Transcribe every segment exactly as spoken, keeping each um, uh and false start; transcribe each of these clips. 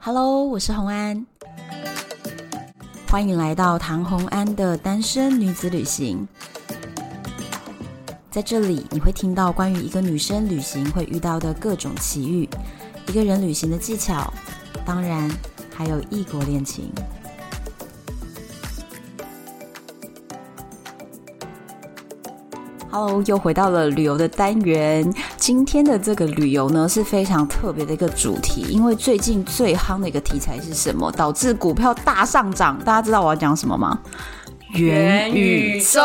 Hello， 我是洪安，欢迎来到唐洪安的单身女子旅行。在这里，你会听到关于一个女生旅行会遇到的各种奇遇，一个人旅行的技巧，当然还有异国恋情。Hello， 又回到了旅游的单元。今天的这个旅游呢是非常特别的一个主题，因为最近最夯的一个题材是什么？导致股票大上涨。大家知道我要讲什么吗？元宇宙。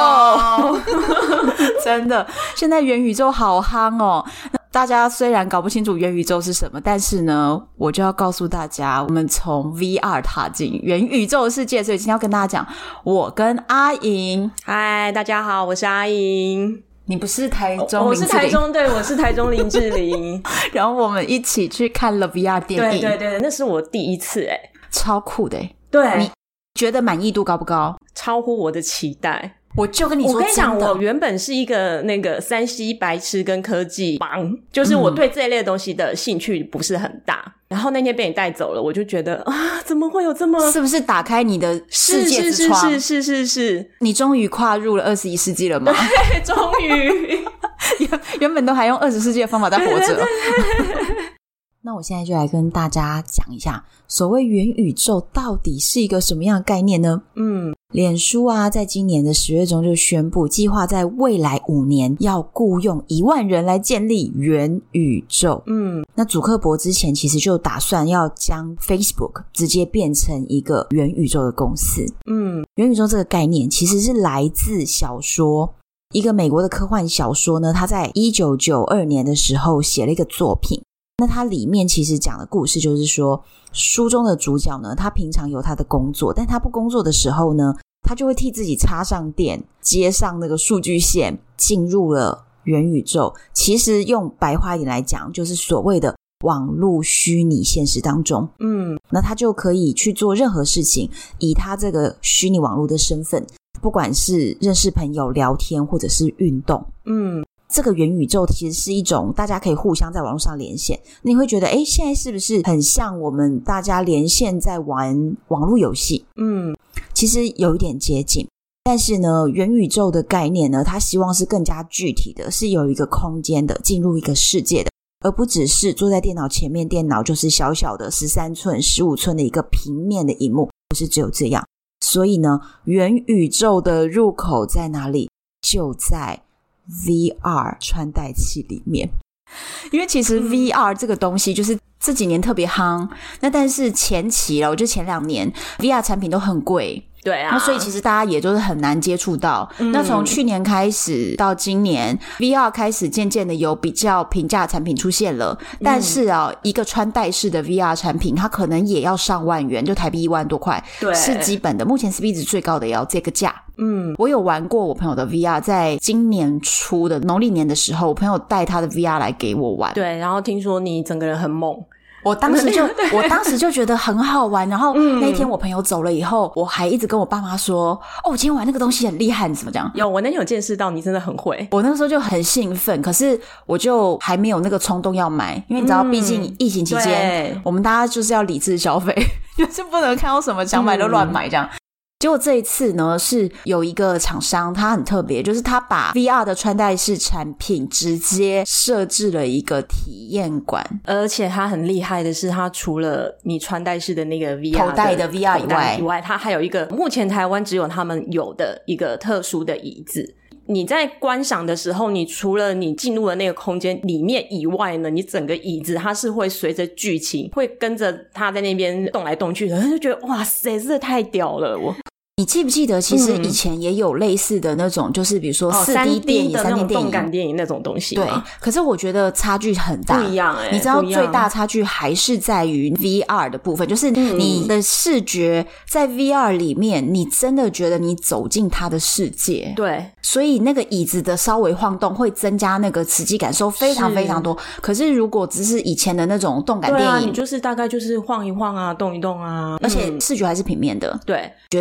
真的，现在元宇宙好夯哦。大家虽然搞不清楚元宇宙是什么，但是呢，我就要告诉大家，我们从 V R 踏进元宇宙的世界。所以今天要跟大家讲，我跟阿莹。 嗨，大家好，我是阿莹。 你不是台中林志玲？ 我是台中，对，我是台中林志玲。 然后我们一起去看了 V R 电影。 对对对，那是我第一次耶， 超酷的耶。 对， 你觉得满意度高不高？ 超乎我的期待。 我就跟你说， 我跟你讲，我原本是一个那个三 C 白痴跟科技盲，就是我对这一类的东西的兴趣不是很大。嗯、然后那天被你带走了，我就觉得啊，怎么会有这么…… 是不是打开你的世界之窗？ 是是是是是是， 你终于跨入了二十一世纪了吗？ 对，终于。 原原本都还用二十世纪的方法在活着。那我现在就来跟大家讲一下，所谓元宇宙到底是一个什么样的概念呢？嗯，脸书啊，在今年的十月中就宣布，计划在未来五年要雇用一万人来建立元宇宙。嗯，那祖克伯之前其实就打算要将 Facebook 直接变成一个元宇宙的公司。嗯，元宇宙这个概念其实是来自小说。一个美国的科幻小说呢，他在一九九二年的时候写了一个作品。那它里面其实讲的故事就是说，书中的主角呢，他平常有他的工作，但他不工作的时候呢，他就会替自己插上电，接上那个数据线，进入了元宇宙。其实用白话一点来讲，就是所谓的网络虚拟现实当中。嗯，那他就可以去做任何事情，以他这个虚拟网络的身份，不管是认识朋友、聊天或者是运动。嗯，这个元宇宙其实是一种大家可以互相在网络上连线。你会觉得诶，现在是不是很像我们大家连线在玩网络游戏？嗯，其实有一点接近。但是呢，元宇宙的概念呢，它希望是更加具体的，是有一个空间的，进入一个世界的，而不只是坐在电脑前面，电脑就是小小的十三寸、十五寸的一个平面的萤幕，不是只有这样。所以呢，元宇宙的入口在哪里？就在V R 穿戴器里面。因为其实 V R 这个东西就是这几年特别夯，那但是前期了，我觉得前两年 V R 产品都很贵。 对啊， 那所以其实大家也都是很难接触到。嗯、那从去年开始到今年 V R 开始渐渐的有比较平价的产品出现了，但是啊、嗯，一个穿戴式的 V R 产品它可能也要上万元，就台币一万多块，对，是基本的。目前 C P 值最高的也要这个价。嗯，我有玩过我朋友的 V R， 在今年初的农历年的时候，我朋友带他的 V R 来给我玩。 对，然后听说你整个人很猛。 我当时就我当时就觉得很好玩，然后那天我朋友走了以后，我还一直跟我爸妈说，哦，我今天玩那个东西很厉害，你怎么讲？ 有，我那天有见识到你真的很会。 我那个时候就很兴奋，可是我就还没有那个冲动要买，因为你知道，毕竟疫情期间、嗯，我们大家就是要理智消费，就是不能看到什么想买就乱买这样。嗯，结果这一次呢，是有一个厂商，他很特别，就是他把 V R 的穿戴式产品直接设置了一个体验馆， 而且他很厉害的是，他除了你穿戴式的那个 V R 头戴的 V R 以外， 以外，他还有一个目前台湾只有他们有的一个特殊的椅子。你在观赏的时候，你除了你进入了那个空间里面以外呢，你整个椅子它是会随着剧情会跟着它在那边动来动去的，就觉得哇塞，真的太屌了。我你记不记得其实以前也有类似的那种、嗯、就是比如说 四 D 电影、 哦、 三 D 电影、 动感电影那种东西。 对，可是我觉得差距很大， 不一样欸， 你知道最大差距还是在于 V R 的部分，就是你的视觉在 V R 里面，你真的觉得你走进它的世界。 对， 所以那个椅子的稍微晃动会增加那个实际感受非常非常多。可是如果只是以前的那种动感电影， 对啊，你就是大概就是晃一晃啊，动一动啊， 而且视觉还是平面的。 对， 觉得 V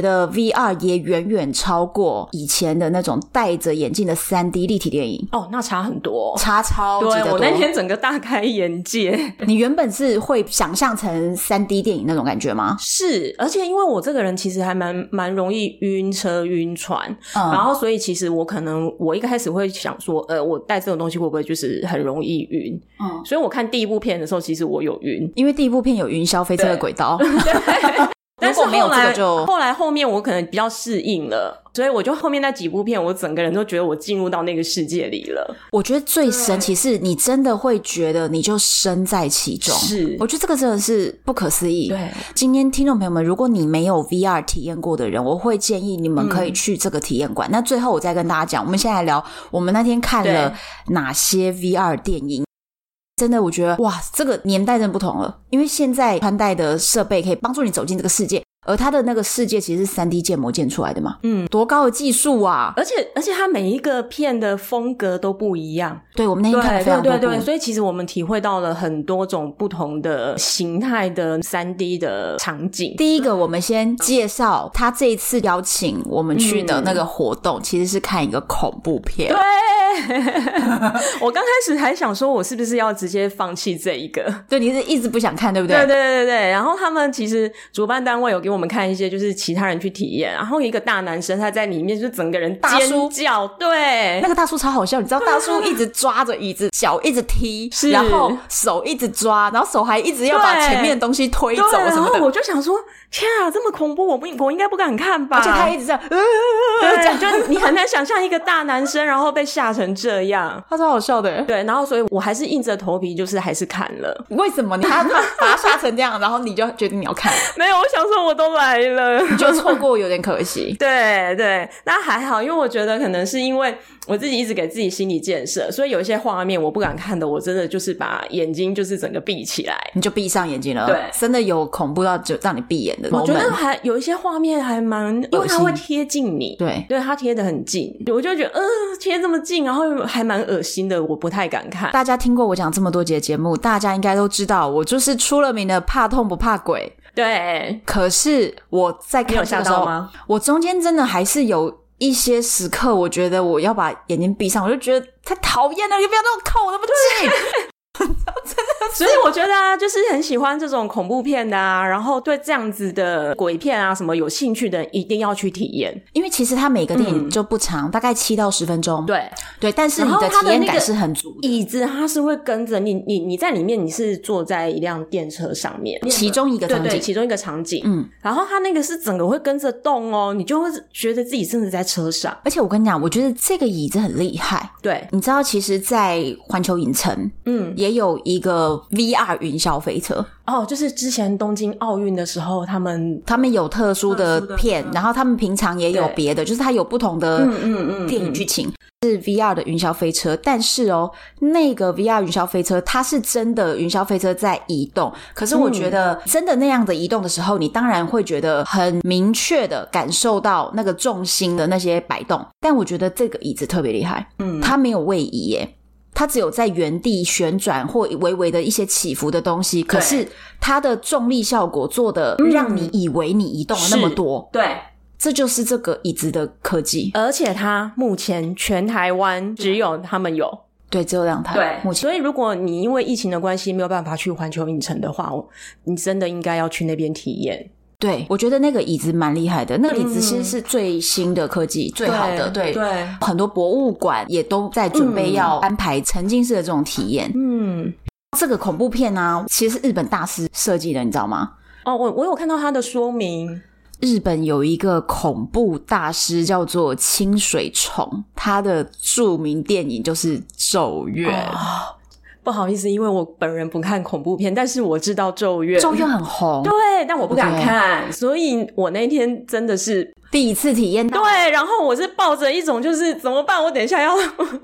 V R 也远远超过以前的那种戴着眼镜的 三 D 立体电影。 哦，那差很多， 差超级的多。 对，我那天整个大开眼界。 你原本是会想象成 三 D 电影那种感觉吗？ 是，而且因为我这个人其实还蛮蛮容易晕车晕船、嗯、然后所以其实我可能我一开始会想说呃，我带这种东西会不会就是很容易晕。嗯，所以我看第一部片的时候其实我有晕， 因为第一部片有云霄飞车的轨道。 对但是后来没有这个就后来后面我可能比较适应了，所以我就后面那几部片我整个人都觉得我进入到那个世界里了。 我觉得最神奇是你真的会觉得你就身在其中， 是， 我觉得这个真的是不可思议。 对， 今天听众朋友们，如果你没有 V R 体验过的人，我会建议你们可以去这个体验馆、嗯、那最后我再跟大家讲，我们现在来聊我们那天看了哪些 V R 电影。真的我觉得哇，这个年代真的不同了，因为现在穿戴的设备可以帮助你走进这个世界，而它的那个世界其实是 三 D 建模建出来的嘛。嗯，多高的技术啊， 而且而且它每一个片的风格都不一样。 对，我们那天看了非常多部。 对对对，所以其实我们体会到了很多种不同的形态的 三 D 的场景。 第一个我们先介绍他这一次邀请我们去的那个活动、嗯、其实是看一个恐怖片。 对我刚开始还想说我是不是要直接放弃这一个。 对，你是一直不想看对不对？ 对对对对，然后他们其实主办单位有给我们看一些就是其他人去体验，然后一个大男生他在里面就是整个人尖叫。对， 那个大叔超好笑，你知道大叔一直抓着椅子脚一直踢，然后手一直抓，然后手还一直要把前面的东西推走什么的。 然后我就想说天啊，这么恐怖，我不我应该不敢看吧。 而且他一直这样、呃、 对，这样就你很难想象一个大男生然后被吓成这样。 他超好笑的。 对，然后所以我还是硬着头皮就是还是看了。 为什么你他把他吓成这样然后你就决定你要看？ 没有，我想说我都来了， 你就错过有点可惜。 对对，那还好，因为我觉得可能是因为我自己一直给自己心理建设，所以有一些画面我不敢看的，我真的就是把眼睛就是整个闭起来。你就闭上眼睛了？ 对， 真的有恐怖到就让你闭眼的 moment。 我觉得还有一些画面还蛮，因为它会贴近你。 对对， 它贴得很近，我就觉得呃，贴这么近然后还蛮恶心的，我不太敢看。 大家听过我讲这么多节节目，大家应该都知道我就是出了名的怕痛不怕鬼。 对， 可是我在看这个时候吗？我中间真的还是有一些时刻我觉得我要把眼睛闭上，我就觉得太讨厌了，你不要让我靠我那么近。真的， 所以我觉得啊，就是很喜欢这种恐怖片的啊，然后对这样子的鬼片啊什么有兴趣的一定要去体验。 因为其实它每个电影就不长、嗯、大概七到十分钟。对对，但是你的体验感是很足的。 椅子它是会跟着你，你你在里面你是坐在一辆电车上面， 其中一个场景。 对对，其中一个场景。嗯，然后它那个是整个会跟着动哦，你就会觉得自己真的在车上。 而且我跟你讲，我觉得这个椅子很厉害。 对， 你知道其实在环球影城嗯也有一个 V R 云霄飞车。 哦，就是之前东京奥运的时候他们他们有特殊的片，然后他们平常也有别的，就是它有不同的电影剧情、嗯嗯嗯、是 V R 的云霄飞车。但是哦，那个 V R 云霄飞车它是真的云霄飞车在移动，可是我觉得真的那样的移动的时候、嗯、你当然会觉得很明确的感受到那个重心的那些摆动，但我觉得这个椅子特别厉害，嗯，它没有位移耶，它只有在原地旋转或微微的一些起伏的东西，可是它的重力效果做的让你以为你移动了那么多、嗯、对，这就是这个椅子的科技。 而且它目前全台湾只有他们有， 对，只有两台。 对， 目前。 所以如果你因为疫情的关系没有办法去环球影城的话，你真的应该要去那边体验。 对，我觉得那个椅子蛮厉害的，那个椅子其实是最新的科技、嗯、最好的。对对，很多博物馆也都在准备要安排沉浸式的这种体验。嗯，这个恐怖片啊其实是日本大师设计的，你知道吗？ 哦，我我有看到他的说明。 日本有一个恐怖大师叫做清水崇，他的著名电影就是咒怨。 哦，不好意思，因为我本人不看恐怖片，但是我知道咒怨。 咒怨很红。 对，但我不敢看，所以我那天真的是第一次体验到。 对，然后我是抱着一种就是怎么办，我等一下要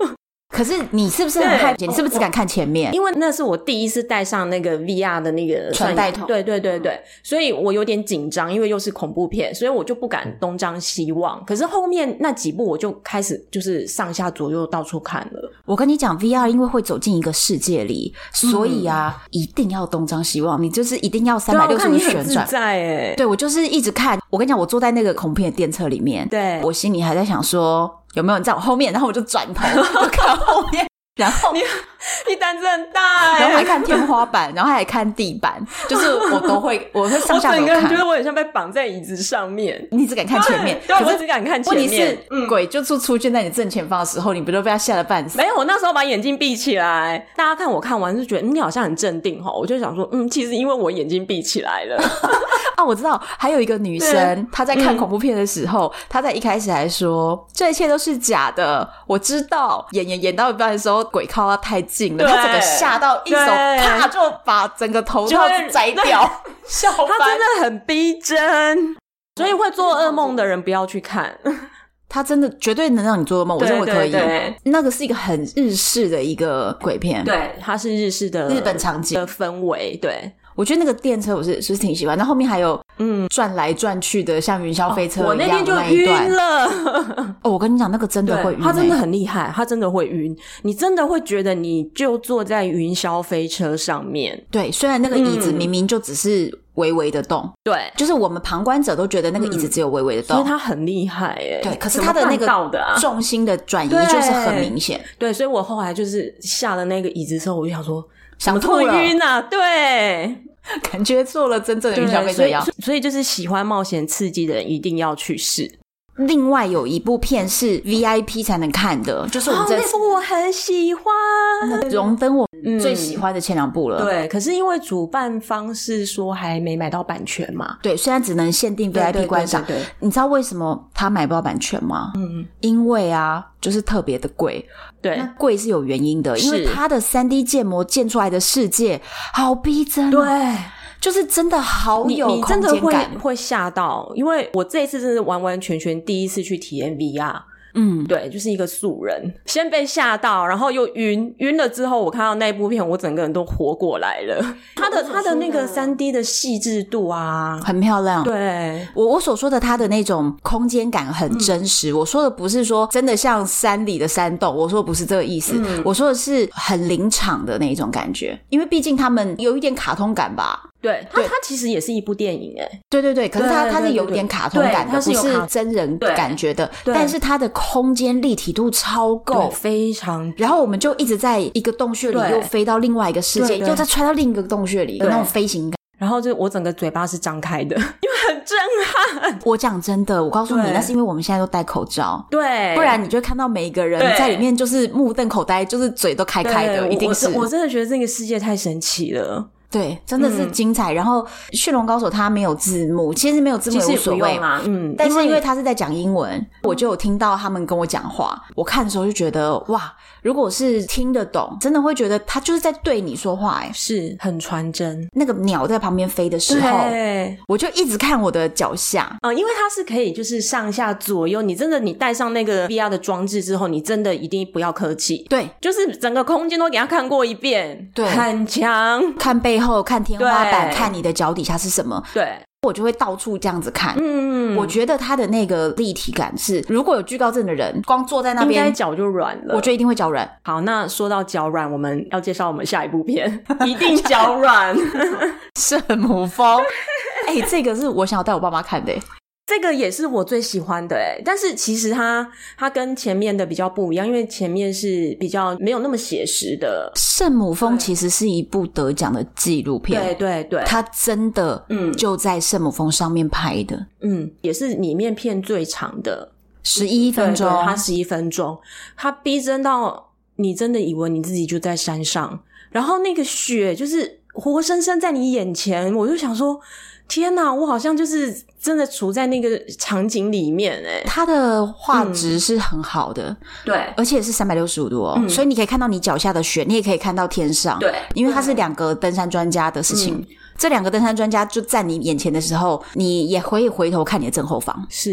可是你是不是很害怕？你是不是只敢看前面？ 因为那是我第一次戴上那个 V R 的那个穿戴头， 对对对对，所以我有点紧张，因为又是恐怖片，所以我就不敢东张西望。可是后面那几部我就开始就是上下左右到处看了。 我跟你讲 V R 因为会走进一个世界里，所以啊、嗯、一定要东张西望，你就是一定要三百六十度旋转。 对啊，我看你很自在耶。 对，我就是一直看。我跟你讲，我坐在那个恐怖片的电车里面， 对， 我心里还在想说有没有人在我后面，然后我就转头就看后面，然后你你胆子很大耶， 然后还看天花板，然后还看地板，就是我都会我会上下楼看。 我整个人觉得我很像被绑在椅子上面。 你只敢看前面， 对，对，我只敢看前面。 问题是、嗯、鬼就出现在你正前方的时候，你不就被他吓得半死？ 没有，我那时候把眼睛闭起来，大家看我看完就觉得、嗯、你好像很镇定齁，我就想说嗯，其实因为我眼睛闭起来了。 啊，我知道还有一个女生她在看恐怖片的时候、嗯、她在一开始还说这一切都是假的，我知道演演演到一半的时候鬼靠她太近了，她整个吓到一手啪就把整个头套摘掉，笑翻。 她真的很逼真，所以会做噩梦的人不要去看。 他真的绝对能让你做噩梦，我认为可以。 对对对， 那个是一个很日式的一个鬼片， 对，它是日式的日本场景的氛围。对， 我觉得那个电车我是是挺喜欢，那后面还有嗯转来转去的像云霄飞车一样的那一段、 哦、我那天就晕了。 哦，我跟你讲那个真的会晕、欸， 他真的很厉害，他真的会晕，你真的会觉得你就坐在云霄飞车上面。 对，虽然那个椅子明明就只是微微的动， 对、嗯， 就是我们旁观者都觉得那个椅子只有微微的动， 所以他很厉害耶。 对，可是他的那个重心的转移就是很明显。 对，所以我后来就是下了那个椅子的时候，我就想说想吐了， 晕啊，对。 感觉做了真正的云霄飞车一样， 所以所以就是喜欢冒险刺激的人一定要去试。 另外有一部片是 V I P 才能看的，就是我们这、 哦、那部我很喜欢， 荣登我最喜欢的前两部了、 嗯。对，可是因为主办方是说还没买到版权嘛， 对，虽然只能限定 V I P 观赏， 对对对对， 你知道为什么他买不到版权吗？嗯，因为啊，就是特别的贵。 对， 那贵是有原因的，因为他的 三 D 建模建出来的世界好逼真、 哦，对。 就是真的好有空间感， 你真的会会吓到，因为我这一次真是完完全全第一次去体验 V R。嗯，对，就是一个素人，先被吓到，然后又晕，晕了之后，我看到那部片，我整个人都活过来了。他的他的那个 三 D 的细致度啊， 很漂亮。 对， 我我所说的他的那种空间感很真实、嗯，我说的不是说真的像山里的山洞，我说的不是这个意思、嗯，我说的是很临场的那种感觉，因为毕竟他们有一点卡通感吧。 对，它它其实也是一部电影诶。 对对对，可是它它是有点卡通感的，不是真人感觉的，但是它的空间立体度超够， 非常。 然后我们就一直在一个洞穴里又飞到另外一个世界，又再穿到另一个洞穴里，有那种飞行感。 然后就我整个嘴巴是张开的，因为很震撼。 我讲真的，我告诉你，那是因为我们现在都戴口罩， 对， 不然你就会看到每一个人在里面就是目瞪口呆，就是嘴都开开的，一定是。 我, 我真的觉得这个世界太神奇了。 对，真的是精彩。嗯、然后《驯龙高手》它没有字幕，其实没有字幕也无所谓嘛。嗯， 但是因为他是在讲英文，我就有听到他们跟我讲话。我看的时候就觉得，哇，如果是听得懂，真的会觉得他就是在对你说话。哎， 是很传真。那个鸟在旁边飞的时候，我就一直看我的脚下。 嗯，因为它是可以就是上下左右。你真的你戴上那个 V R 的装置之后，你真的一定不要客气。 对， 就是整个空间都给他看过一遍。 对， 很强。 看背后，看天花板，看你的脚底下是什么。 对， 我就会到处这样子看。 嗯， 我觉得它的那个立体感是，如果有惧高症的人光坐在那边， 应该脚就软了。 我觉得一定会脚软。 好，那说到脚软，我们要介绍我们下一部片，一定脚软。 圣母峰。哎、欸，这个是我想要带我爸妈看的、欸。 这个也是我最喜欢的诶，但是其实它它跟前面的比较不一样，因为前面是比较没有那么写实的。 圣母峰其实是一部得奖的纪录片， 对对对， 它真的嗯就在圣母峰上面拍的， 嗯，也是里面片最长的十一分钟， 对对，它十一分钟，它逼真到你真的以为你自己就在山上，然后那个雪就是活生生在你眼前，我就想说。天哪，我好像就是真的处在那个场景里面诶。 它的画质是很好的，嗯、 对， 而且是三百六十五度哦、嗯，所以你可以看到你脚下的雪，你也可以看到天上， 对， 因为它是两个登山专家的事情。嗯，这两个登山专家就站你眼前的时候，你也可以回头看你的正后方。 是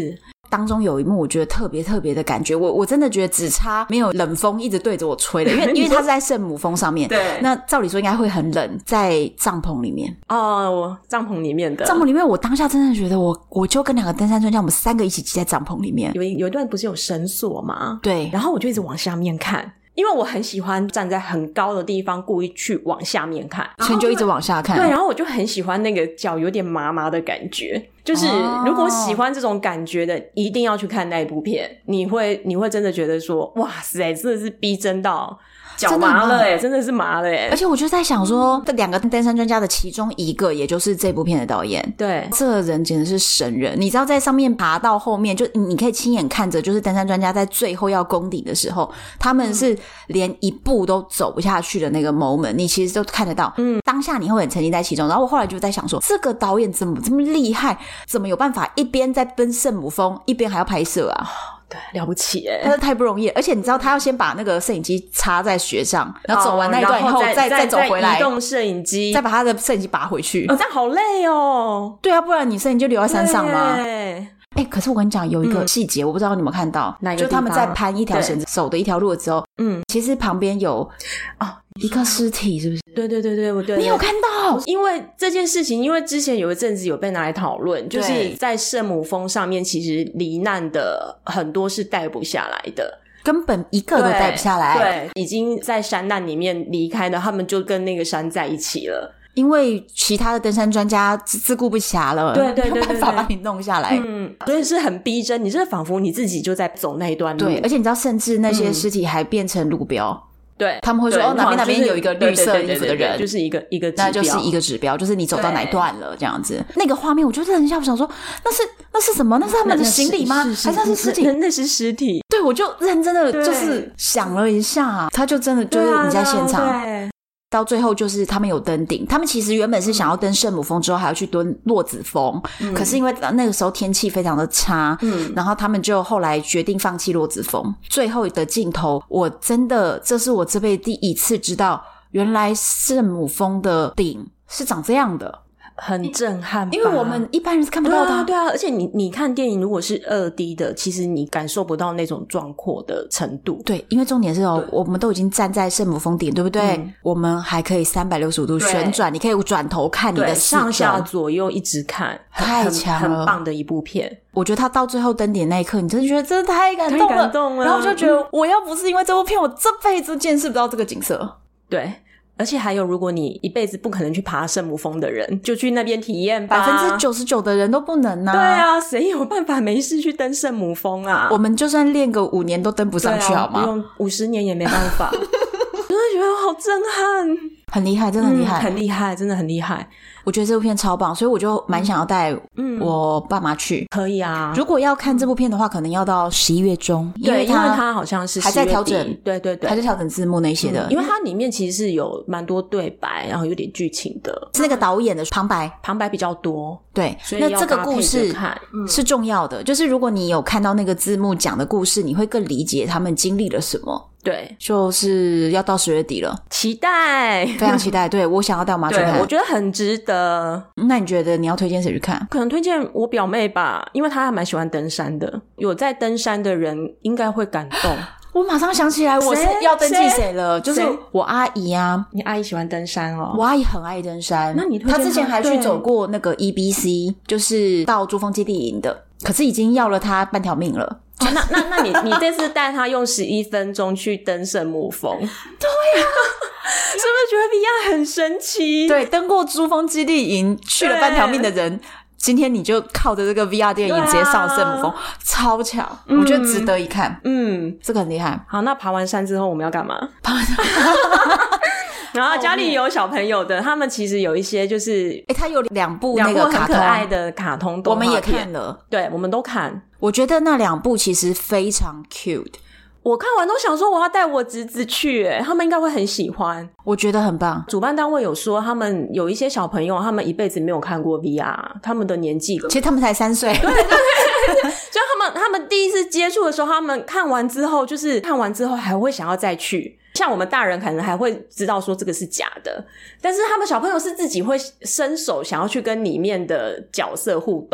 当中有一幕我觉得特别特别的感觉，我我真的觉得只差没有冷风一直对着我吹的，因为因为它是在圣母峰上面， 对， 那照理说应该会很冷，在帐篷里面哦，帐篷里面的帐篷里面，我当下真的觉得我我就跟两个登山专家，我们三个一起挤在帐篷里面， 有一有一段不是有绳索吗？ 对， 然后我就一直往下面看。因为我很喜欢站在很高的地方故意去往下面看， 所以你就一直往下看。 对，然后我就很喜欢那个脚有点麻麻的感觉，就是如果喜欢这种感觉的一定要去看那一部片，你会你会真的觉得说哇塞真的是逼真到脚麻了耶，真的是麻了耶。 而且我就在想说这两个登山专家的其中一个也就是这部片的导演， 对， 这个人简直是神人。你知道在上面爬到后面，就你可以亲眼看着就是登山专家在最后要攻顶的时候，他们是连一步都走不下去的那个 moment， 你其实都看得到，嗯，当下你会很沉浸在其中。然后我后来就在想说这个导演怎么这么厉害，怎么有办法一边在奔圣母峰一边还要拍摄啊？ 对，了不起耶， 他太不容易了。而且你知道他要先把那个摄影机插在雪上，然后走完那一段以后、哦、再再再走回来， 移动摄影机， 再把他的摄影机拔回去。 哦，这样好累哦。 对啊，不然你摄影就留在山上吗？ 对。 哎、欸，可是我跟你讲，有一个细节、嗯，我不知道你有没有看到， 哪一个地方？ 就他们在攀一条绳子走的一条路之后，嗯，其实旁边有哦一个尸体，是不是？ 对对对对，我对， 你有看到？ 因为这件事情，因为之前有一阵子有被拿来讨论，就是在圣母峰上面，其实罹难的很多是带不下来的。 根本一个都带不下来， 对，对，已经在山难里面离开的，他们就跟那个山在一起了。 因为其他的登山专家自顾不暇了， 对对对对对， 没有办法把你弄下来， 嗯，所以是很逼真，你是仿佛你自己就在走那一段路， 对，而且你知道，甚至那些尸体还变成路标。嗯， 对， 他们会说哦，哪边哪边有一个绿色衣服的人， 对对对对对，就是一个一个指标， 那就是一个指标，就是你走到哪一段了这样子。那个画面，我就认一下，我想说，那是那是什么？那是他们的行李吗？还是那是尸体？ 那, 那, 那是尸体。 对，我就认真的就是想了一下，他就真的就是你在现场。 对， 到最后就是他们有登顶，他们其实原本是想要登圣母峰之后还要去登落子峰、嗯、可是因为那个时候天气非常的差、嗯、然后他们就后来决定放弃落子峰。最后的镜头我真的这是我这辈子第一次知道原来圣母峰的顶是长这样的， 很震撼吧， 因为我们一般人是看不到的、 啊、对啊，而且你你看电影如果是 二 D 的，其实你感受不到那种壮阔的程度。 对，因为重点是哦，我们都已经站在圣母峰顶，对不对、嗯、我们还可以三百六十五度旋转，你可以转头看你的四周， 上下左右一直看， 太强了， 很棒的一部片。 我觉得他到最后登顶那一刻，你真的觉得真的太感动了， 太感动了。 然后我就觉得我要不是因为这部片，我这辈子见识不到这个景色。 对，而且还有如果你一辈子不可能去爬圣母峰的人，就去那边体验吧。 百分之九十九的人都不能啊。 对啊，谁有办法没事去登圣母峰啊？ 我们就算练个五年都登不上去、啊、好吗？ 不用五十年也没办法。真的觉得好震撼， 很厉害，真的很厉害、 嗯、很厉害，真的很厉害。 我觉得这部片超棒，所以我就蛮想要带我爸妈去、嗯、 可以啊。 如果要看这部片的话可能要到十一月中， 对，因为它好像是还在调整， 对对对， 还在调整字幕那些的、 嗯、因为它里面其实是有蛮多对白，然后有点剧情的， 是那个导演的旁白， 旁白比较多。 对， 所以那这个故事嗯、 是重要的，就是如果你有看到那个字幕讲的故事，你会更理解他们经历了什么。 对， 就是要到十月底了， 期待， 非常期待。对，我想要带我妈去看， 我觉得很值得。 那你觉得你要推荐谁去看？ 可能推荐我表妹吧，因为她还蛮喜欢登山的，有在登山的人应该会感动。 我马上想起来我是要登记谁了，就是我阿姨啊。 你阿姨喜欢登山哦？ 我阿姨很爱登山， 那你推荐她？ 她之前还去走过那个 E B C， 就是到珠峰基地营的，可是已经要了她半条命了。 哦、那那那你你这次带他用十一分钟去登圣母峰，对呀、啊， 是不是觉得 V R 很神奇？ 对，登过珠峰基地营去了半条命的人，今天你就靠着这个 V R 电影直接上圣母峰、啊、超强、嗯、我觉得值得一看。嗯，这个很厉害。 好，那爬完山之后我们要干嘛？爬完山然后家里有小朋友的，他们其实有一些就是诶他有两部那个卡通很可爱的卡通动画片， 我们也看了， 对，我们都看。 我觉得那两部其实非常 cute， 我看完都想说我要带我侄子去，诶他们应该会很喜欢， 我觉得很棒。 主办单位有说他们有一些小朋友他们一辈子没有看过 V R， 他们的年纪其实他们才三岁， 对对对所以他们他们第一次接触的时候，他们看完之后就是看完之后还会想要再去，像我们大人可能还会知道说这个是假的，但是他们小朋友是自己会伸手想要去跟里面的角色互动，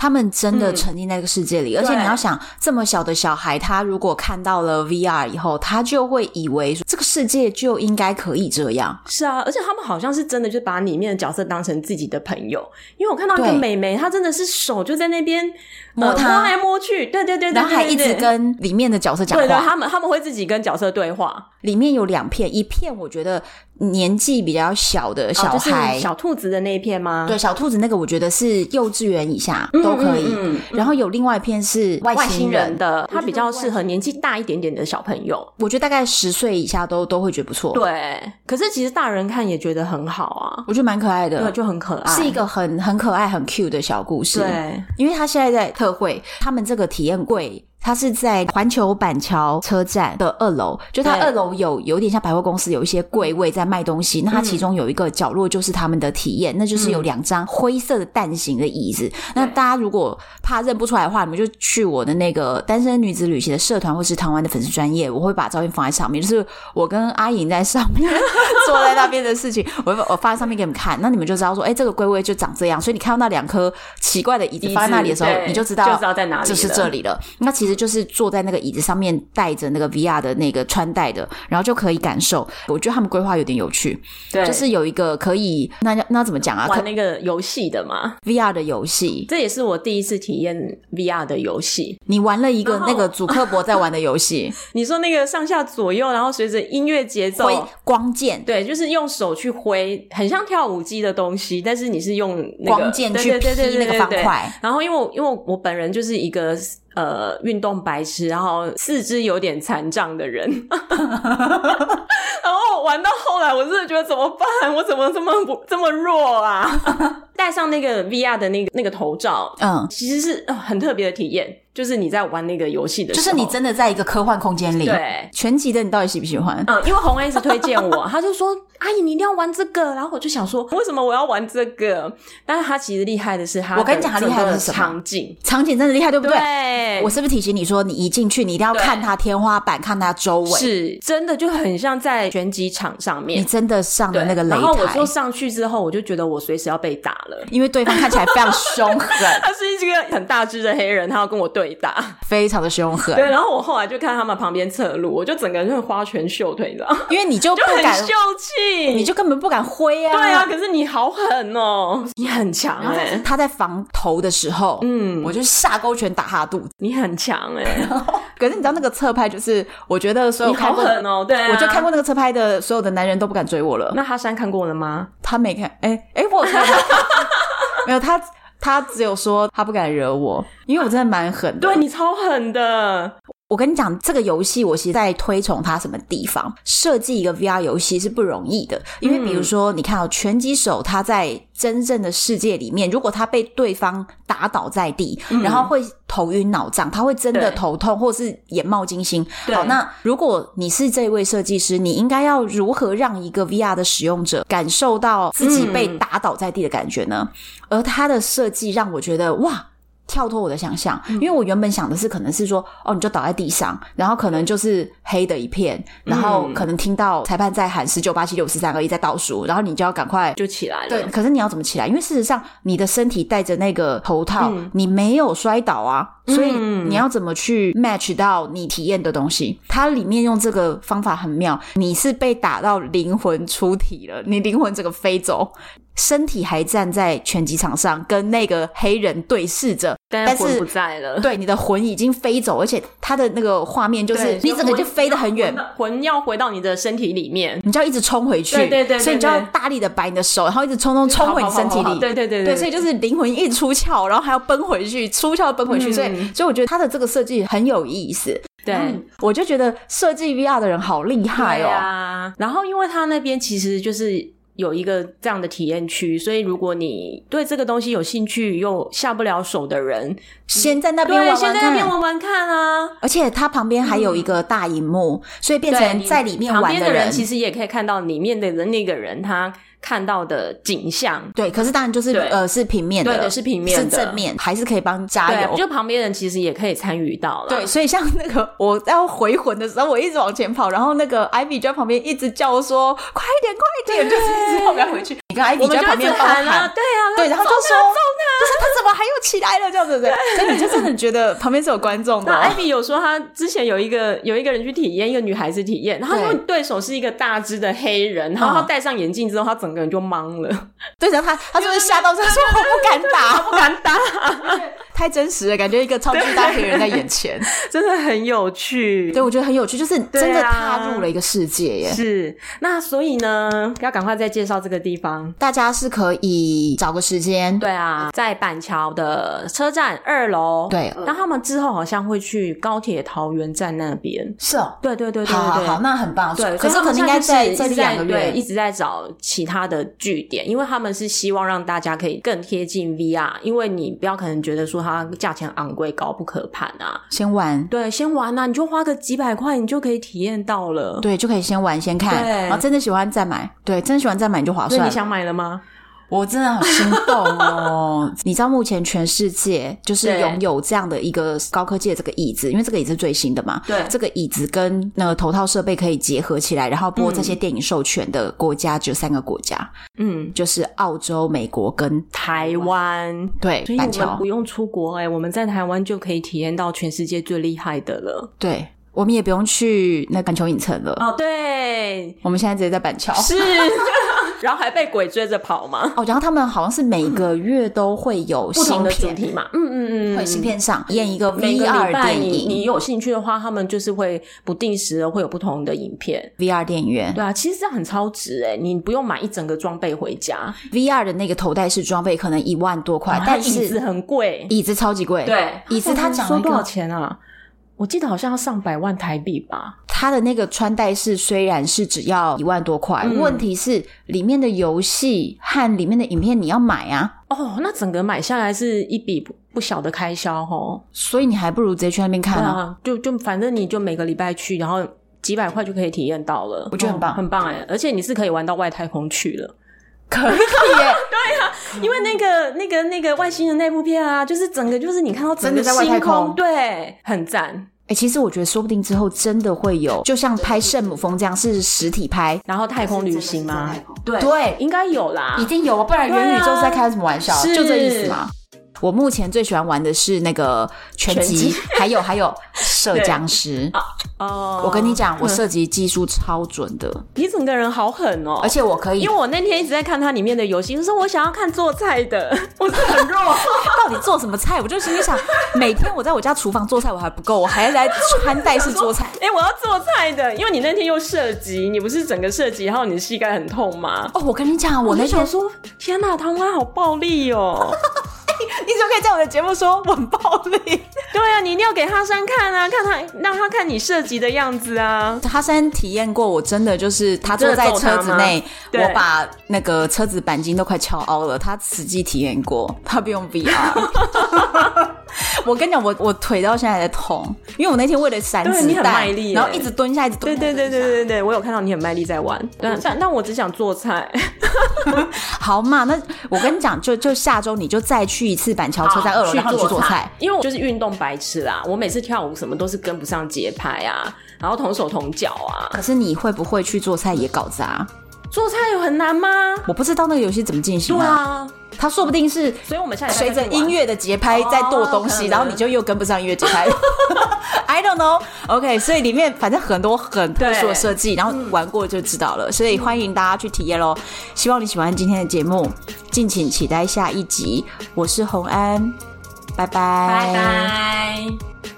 他们真的沉浸在这个世界里、嗯、而且你要想这么小的小孩，他如果看到了 V R 以后，他就会以为这个世界就应该可以这样。 是啊，而且他们好像是真的就把里面的角色当成自己的朋友，因为我看到一个妹妹，她真的是手就在那边摸她、呃、摸来摸去，对对对对对对， 然后还一直跟里面的角色讲话。 对对，他们他们会自己跟角色对话。 里面有两片，一片我觉得年纪比较小的小孩、哦、 就是小兔子的那一片吗？ 对，小兔子那个我觉得是幼稚园以下都可以、嗯嗯嗯、然后有另外一片是外星人, 外星人的，它比较适合年纪大一点点的小朋友， 我觉得大概十岁以下都都会觉得不错。 对，可是其实大人看也觉得很好啊， 我觉得蛮可爱的。 对，就很可爱， 是一个很很可爱很 cute 的小故事。 对， 因为他现在在特惠，他们这个体验柜它是在环球板桥车站的二楼，就它二楼有有点像百货公司，有一些柜位在卖东西，那它其中有一个角落就是他们的体验、嗯、那就是有两张灰色的蛋形的椅子、嗯、那大家如果怕认不出来的话，你们就去我的那个单身女子旅行的社团或是台湾的粉丝专页，我会把照片放在上面，就是我跟阿颖在上面坐在那边的事情我会我放在上面给你们看，那你们就知道说诶、欸、这个柜位就长这样，所以你看到那两颗奇怪的椅子放在那里的时候，你就知道就知道在哪里了， 就是这里了。那其实就是坐在那个椅子上面带着那个 V R 的那个穿戴的，然后就可以感受。我觉得他们规划有点有趣，对，就是有一个可以那那怎么讲啊？ 玩那个游戏的嘛 ，V R 的游戏， 这也是我第一次体验 V R 的游戏。 你玩了一个那个祖克伯在玩的游戏， 你说那个上下左右，然后随着音乐节奏挥光剑， 对，就是用手去挥，很像跳舞机的东西，但是你是用那个光剑去劈那个方块。 然后因为我因为我本人就是一个呃运动白痴，然后四肢有点残障的人然后玩到后来我真的觉得怎么办，我怎么这么这么弱啊戴上那个 V R 的那个那个头罩，嗯，其实是、呃、很特别的体验，就是你在玩那个游戏的时候， 就是你真的在一个科幻空间里。 对， 拳击的你到底喜不喜欢？ 嗯，因为红 A 一直推荐我他就说阿姨你一定要玩这个，然后我就想说为什么我要玩这个，但是他其实厉害的是他的我跟你讲他厉害的是什么场景， 场景真的厉害对不对？ 对， 我是不是提醒你说你一进去你一定要看他天花板，看他周围， 是真的就很像在拳击场上面， 你真的上了那个擂台。 然后我就上去之后我就觉得我随时要被打了， 因为对方看起来非常凶狠他是一个很大只的黑人，他要跟我对打， 非常的凶狠。 对，然后我后来就看他们旁边侧录，我就整个人就花拳绣腿，你知道， 因为你就不敢， 就很秀气， 你就根本不敢挥啊。 对啊，可是你好狠哦，你很强哎、欸。 他在防头的时候，嗯，我就下勾拳打他的肚子， 你很强哎、欸。 可是你知道那个侧拍，就是我觉得所有看过你好狠哦，对、啊， 我就看过那个侧拍的所有的男人都不敢追我了。 那哈山看过了吗？ 他没看，哎、欸、哎、欸，我有看没有他。他只有说他不敢惹我，因为我真的蛮狠的。 对，你超狠的。 我跟你讲，这个游戏我其实在推崇它什么地方？设计一个 V R 游戏是不容易的，因为比如说你看到、哦、拳击手他在真正的世界里面，如果他被对方打倒在地、嗯、然后会头晕脑胀，他会真的头痛或是眼冒金星。好，那如果你是这位设计师，你应该要如何让一个 V R 的使用者感受到自己被打倒在地的感觉呢？嗯、而他的设计让我觉得哇，跳脱我的想象，因为我原本想的是可能是说哦你就倒在地上，然后可能就是黑的一片，然后可能听到裁判在喊十九八七六四三二一在倒数，然后你就要赶快就起来了。 对，可是你要怎么起来？因为事实上你的身体戴着那个头套、嗯、你没有摔倒啊，所以你要怎么去 match 到你体验的东西？它里面用这个方法很妙，你是被打到灵魂出体了，你灵魂整个飞走，身体还站在拳击场上跟那个黑人对视着， 但是魂不在了。 对，你的魂已经飞走，而且他的那个画面就是你整个就飞得很远， 魂要回到你的身体里面， 你就要一直冲回去。 对对 对, 对, 对， 所以你就要大力的摆你的手，然后一直冲冲冲回你身体里。 好好好好对对对 对, 对，所以就是灵魂一直出窍，然后还要奔回去，出窍奔回去、嗯、所以所以我觉得他的这个设计很有意思。 对、 嗯，我就觉得设计 V R 的人好厉害哦。 对啊，然后因为他那边其实就是有一个这样的体验区，所以如果你对这个东西有兴趣又下不了手的人， 先在那边玩玩看， 对，先在那边玩玩看啊。 而且它旁边还有一个大荧幕、嗯、所以变成在里面玩的人， 旁边的人其实也可以看到里面的人那个人他看到的景象。 对，可是当然就是呃是平面的， 对的，是平面的， 是正面，还是可以帮加油。 对，就旁边人其实也可以参与到了。 对，所以像那个我要回魂的时候，我一直往前跑，然后那个 Ivy 就在旁边一直叫说快一点快一点，就是一直后面回去，你跟 Ivy 就在旁边帮他喊、 啊、对啊， 对，然后就说就是他怎么还有起来了这样子，对，所以你就真的觉得旁边是有观众的、哦。 那艾比有说他之前有一个有一个人去体验，一个女孩子体验，然后因为对手是一个大只的黑人，然后他戴上眼镜之后，他整个人就懵了。 对，然后他他就是吓到，他说我不敢打， 不敢打， 太真实了，感觉一个超巨大黑人在眼前， 真的很有趣。 对，我觉得很有趣，就是真的踏入了一个世界耶。 是，那所以呢，要赶快再介绍这个地方， 大家是可以找个时间。 对啊，在板桥的车站二楼。 对， 那他们之后好像会去高铁桃园站那边。 是哦， 对对对对对， 好好好，那很棒。 对， 可是可能应该在这两个月一直在找其他的据点，因为他们是希望让大家可以更贴近 V R， 因为你不要可能觉得说它价钱昂贵高不可攀啊， 先玩。 对，先玩啊，你就花个几百块，你就可以体验到了。 对，就可以先玩先看，然后真的喜欢再买。对，真的喜欢再买你就划算。 所以你想买了吗？ 我真的好心动哦！你知道目前全世界就是拥有这样的一个高科技的这个椅子，因为这个椅子是最新的嘛， 对， 这个椅子跟那个头套设备可以结合起来，然后播这些电影授权的国家只有三个国家，嗯，就是澳洲、美国跟台湾。 对， 所以我们不用出国哎、欸，我们在台湾就可以体验到全世界最厉害的了。 对。我们也不用去那板桥影城了哦，对， 我们现在直接在板桥， 是，然后还被鬼追着跑嘛。 哦，然后他们好像是每个月都会有新片不同的主题嘛，嗯嗯嗯， 会新片上演一个 V R 每个礼拜电影， 你有兴趣的话，他们就是会不定时的会有不同的影片 V R 电影院。 对啊，其实这样很超值诶，你不用买一整个装备回家。 V R 的那个头戴式装备可能一万多块、哦，但是椅子很贵， 椅子超级贵。 对， 椅子他讲说多少钱啊？我记得好像要上百万台币吧。 它的那个穿戴式虽然是只要一万多块、嗯，问题是里面的游戏和里面的影片你要买啊。 哦，那整个买下来是一笔不小的开销齁。 所以你还不如直接去那边看啊。 啊就就反正你就每个礼拜去，然后几百块就可以体验到了。 我觉得很棒， 哦、很棒哎！而且你是可以玩到外太空去了。 可以耶对啊，因为那个那个那个外星人那部片啊，就是整个就是你看到整个真的在外太空， 对，很赞。 欸，其实我觉得说不定之后真的会有，就像拍圣母峰这样是实体拍， 然后太空旅行吗？ 对对， 应该有啦， 一定有啊，不然元宇宙是在开什么玩笑？就这意思嘛。我目前最喜欢玩的是那个拳击，还有还有射僵尸。哦，我跟你讲，我射击技术超准的。 你整个人好狠哦！ 而且我可以， 因为我那天一直在看它里面的游戏，就是我想要看做菜的，我是很弱。 到底做什么菜？我就心里想，每天我在我家厨房做菜我还不够，我还来穿戴式做菜。 哎、欸，我要做菜的，因为你那天又射击，你不是整个射击，然后你的膝盖很痛吗？ 哦，我跟你讲，我那天我说，天哪，唐妈好暴力哦！ 你怎么可以在我的节目说我很暴力？ 对啊，你一定要给哈山看啊，看他让他看你射击的样子啊。 哈山体验过，我真的就是他坐在车子内，我把那个车子钣金都快敲凹了。他实际体验过，他不用 V R。我跟你讲，我我腿到现在还在痛，因为我那天为了闪子弹， 你很卖力， 然后一直蹲下，一直蹲下。 对对对对对对，我有看到你很卖力在玩。但但但我只想做菜。 好嘛，那我跟你讲，就就下周你就再去一次板桥车站二楼，然后你去做菜。 因为我就是运动白痴啦，我每次跳舞什么都是跟不上节拍啊，然后同手同脚啊。 可是你会不会去做菜也搞砸？ 做菜有很难吗？ 我不知道那个游戏怎么进行啊。 对啊， 它说不定是， 所以我们现在随着音乐的节拍在剁东西，哦、然后你就又跟不上音乐节拍。I don't know. OK， 所以里面反正很多很特殊的设计，然后玩过就知道了。所以欢迎大家去体验咯。希望你喜欢今天的节目，敬请期待下一集。我是洪安，拜拜， 拜拜。